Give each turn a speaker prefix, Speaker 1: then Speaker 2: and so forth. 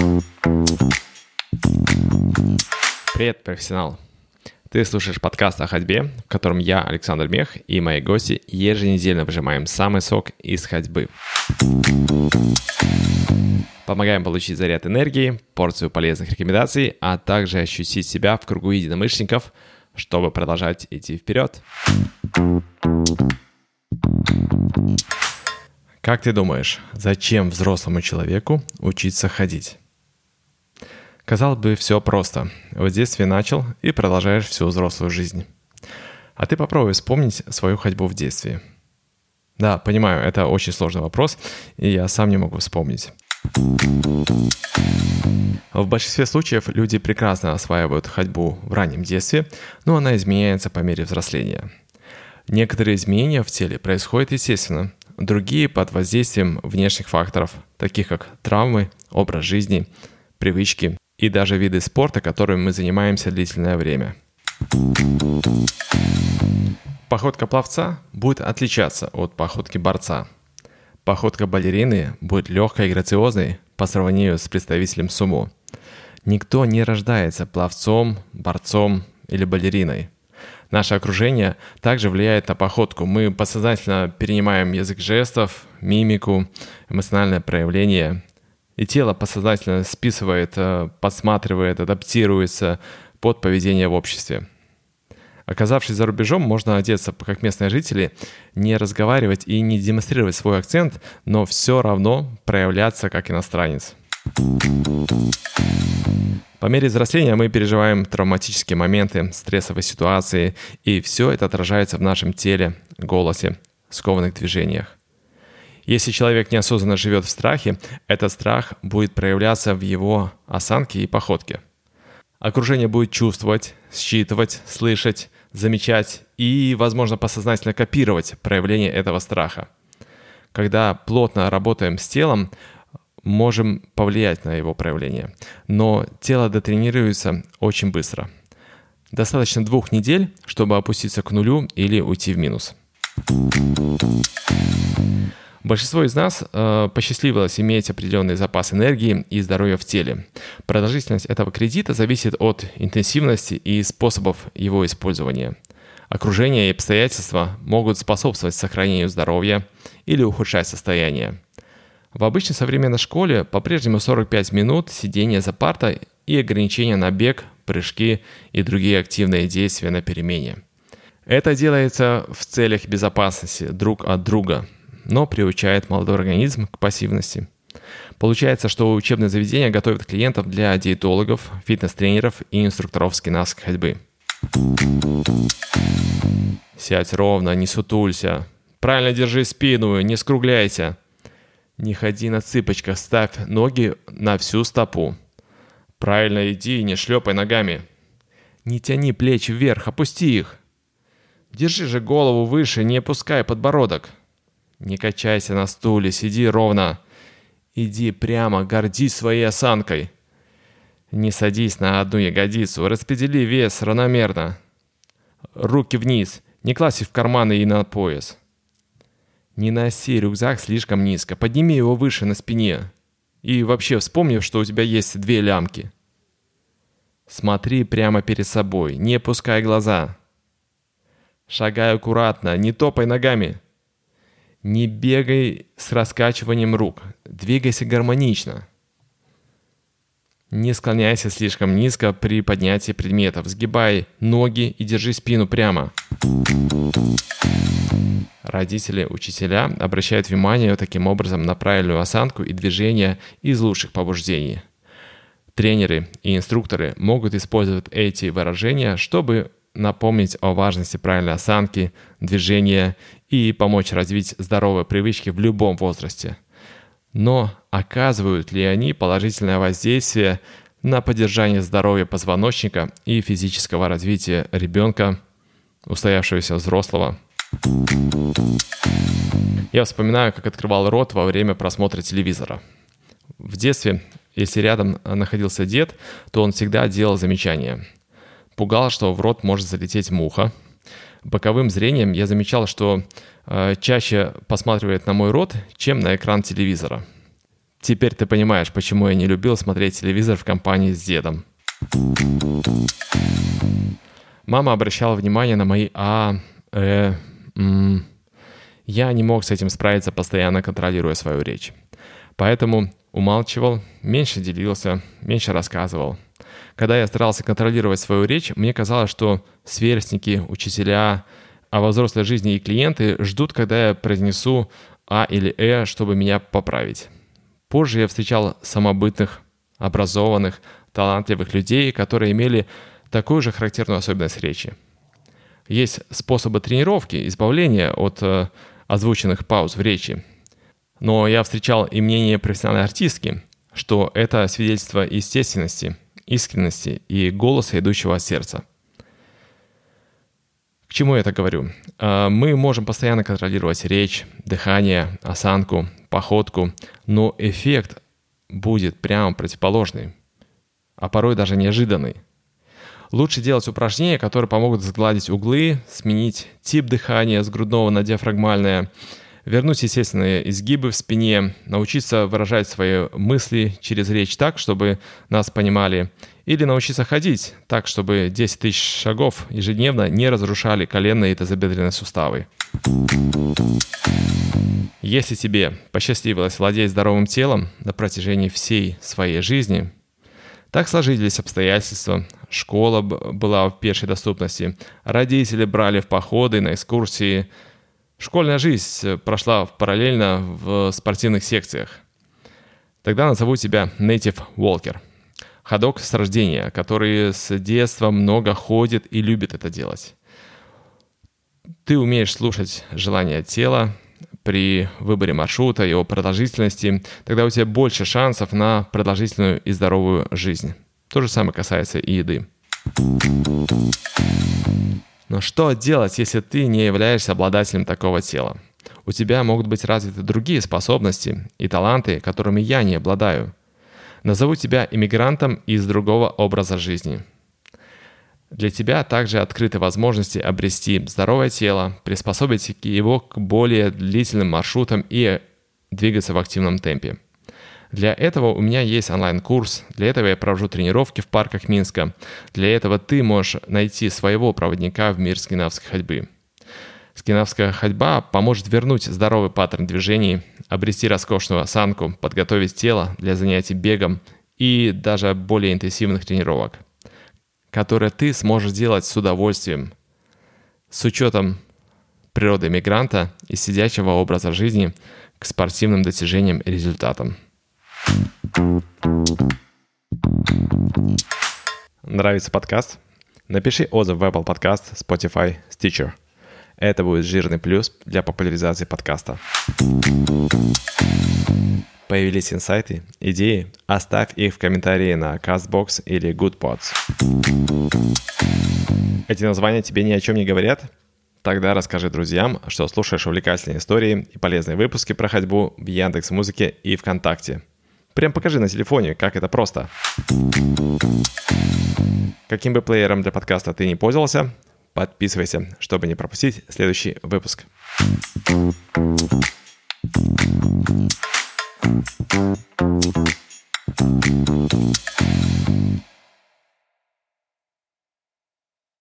Speaker 1: Привет, профессионал! Ты слушаешь подкаст о ходьбе, в котором я, Александр Мех, и мои гости еженедельно выжимаем самый сок из ходьбы. Помогаем получить заряд энергии, порцию полезных рекомендаций, а также ощутить себя в кругу единомышленников, чтобы продолжать идти вперед. Как ты думаешь, зачем взрослому человеку учиться ходить? Казалось бы, все просто. В детстве начал и продолжаешь всю взрослую жизнь. А ты попробуй вспомнить свою ходьбу в детстве. Да, понимаю, это очень сложный вопрос, и я сам не могу вспомнить. В большинстве случаев люди прекрасно осваивают ходьбу в раннем детстве, но она изменяется по мере взросления. Некоторые изменения в теле происходят естественно, другие под воздействием внешних факторов, таких как травмы, образ жизни, привычки и даже виды спорта, которыми мы занимаемся длительное время. Походка пловца будет отличаться от походки борца. Походка балерины будет легкой и грациозной по сравнению с представителем сумо. Никто не рождается пловцом, борцом или балериной. Наше окружение также влияет на походку. Мы подсознательно перенимаем язык жестов, мимику, эмоциональное проявление. И тело подсознательно списывает, подсматривает, адаптируется под поведение в обществе. Оказавшись за рубежом, можно одеться как местные жители, не разговаривать и не демонстрировать свой акцент, но все равно проявляться как иностранец. По мере взросления мы переживаем травматические моменты, стрессовые ситуации, и все это отражается в нашем теле, голосе, скованных движениях. Если человек неосознанно живет в страхе, этот страх будет проявляться в его осанке и походке. Окружение будет чувствовать, считывать, слышать, замечать и, возможно, подсознательно копировать проявление этого страха. Когда плотно работаем с телом, можем повлиять на его проявление, но тело дотренируется очень быстро. Достаточно 2 недель, чтобы опуститься к нулю или уйти в минус. Большинство из нас посчастливилось иметь определенный запас энергии и здоровья в теле. Продолжительность этого кредита зависит от интенсивности и способов его использования. Окружение и обстоятельства могут способствовать сохранению здоровья или ухудшать состояние. В обычной современной школе по-прежнему 45 минут сидения за партой и ограничения на бег, прыжки и другие активные действия на перемене. Это делается в целях безопасности друг от друга, но приучает молодой организм к пассивности. Получается, что учебное заведение готовит клиентов для диетологов, фитнес-тренеров и инструкторов с гимнастской ходьбы. Сядь ровно, не сутулься. Правильно держи спину, не скругляйся. Не ходи на цыпочках, ставь ноги на всю стопу. Правильно иди, не шлепай ногами. Не тяни плечи вверх, опусти их. Держи же голову выше, не опускай подбородок. Не качайся на стуле, сиди ровно. Иди прямо, гордись своей осанкой. Не садись на одну ягодицу, распредели вес равномерно. Руки вниз, не класть их в карманы и на пояс. Не носи рюкзак слишком низко, подними его выше на спине. И вообще вспомни, что у тебя есть 2 лямки. Смотри прямо перед собой, не опускай глаза. Шагай аккуратно, не топай ногами. Не бегай с раскачиванием рук, двигайся гармонично. Не склоняйся слишком низко при поднятии предметов, сгибай ноги и держи спину прямо. Родители, учителя обращают внимание таким образом на правильную осанку и движение из лучших побуждений. Тренеры и инструкторы могут использовать эти выражения, чтобы напомнить о важности правильной осанки, движения и помочь развить здоровые привычки в любом возрасте. Но оказывают ли они положительное воздействие на поддержание здоровья позвоночника и физического развития ребенка, устоявшегося взрослого? Я вспоминаю, как открывал рот во время просмотра телевизора. В детстве, если рядом находился дед, то он всегда делал замечания. Пугал, что в рот может залететь муха. Боковым зрением я замечал, что чаще посматривает на мой рот, чем на экран телевизора. Теперь ты понимаешь, почему я не любил смотреть телевизор в компании с дедом. Мама обращала внимание на мои Я не мог с этим справиться, постоянно контролируя свою речь. Поэтому умалчивал, меньше делился, меньше рассказывал. Когда я старался контролировать свою речь, мне казалось, что сверстники, учителя, а во взрослой жизни и клиенты ждут, когда я произнесу «а» или чтобы меня поправить. Позже я встречал самобытных, образованных, талантливых людей, которые имели такую же характерную особенность речи. Есть способы тренировки, избавления от озвученных пауз в речи. Но я встречал и мнение профессиональной артистки, что это свидетельство естественности, искренности и голоса, идущего от сердца. К чему я это говорю? Мы можем постоянно контролировать речь, дыхание, осанку, походку, но эффект будет прямо противоположный, а порой даже неожиданный. Лучше делать упражнения, которые помогут сгладить углы, сменить тип дыхания с грудного на диафрагмальное, вернуть естественные изгибы в спине, научиться выражать свои мысли через речь так, чтобы нас понимали, или научиться ходить так, чтобы 10 тысяч шагов ежедневно не разрушали коленные и тазобедренные суставы. Если тебе посчастливилось владеть здоровым телом на протяжении всей своей жизни, так сложились обстоятельства, школа была в пешей доступности, родители брали в походы, на экскурсии, школьная жизнь прошла параллельно в спортивных секциях. Тогда назову тебя Native Walker. Ходок с рождения, который с детства много ходит и любит это делать. Ты умеешь слушать желания тела при выборе маршрута, его продолжительности, тогда у тебя больше шансов на продолжительную и здоровую жизнь. То же самое касается и еды. Но что делать, если ты не являешься обладателем такого тела? У тебя могут быть развиты другие способности и таланты, которыми я не обладаю. Назову тебя иммигрантом из другого образа жизни. Для тебя также открыты возможности обрести здоровое тело, приспособить его к более длительным маршрутам и двигаться в активном темпе. Для этого у меня есть онлайн-курс, для этого я провожу тренировки в парках Минска. Для этого ты можешь найти своего проводника в мир скандинавской ходьбы. Скандинавская ходьба поможет вернуть здоровый паттерн движений, обрести роскошную осанку, подготовить тело для занятий бегом и даже более интенсивных тренировок, которые ты сможешь делать с удовольствием, с учетом природы мигранта и сидячего образа жизни к спортивным достижениям и результатам. Нравится подкаст? Напиши отзыв в Apple Podcast, Spotify, Stitcher. Это будет жирный плюс для популяризации подкаста. Появились инсайты, идеи? Оставь их в комментарии на CastBox или GoodPods. Эти названия тебе ни о чем не говорят? Тогда расскажи друзьям, что слушаешь увлекательные истории и полезные выпуски про ходьбу в Яндекс.Музыке и ВКонтакте. Прям покажи на телефоне, как это просто. Каким бы плеером для подкаста ты не пользовался, подписывайся, чтобы не пропустить следующий выпуск.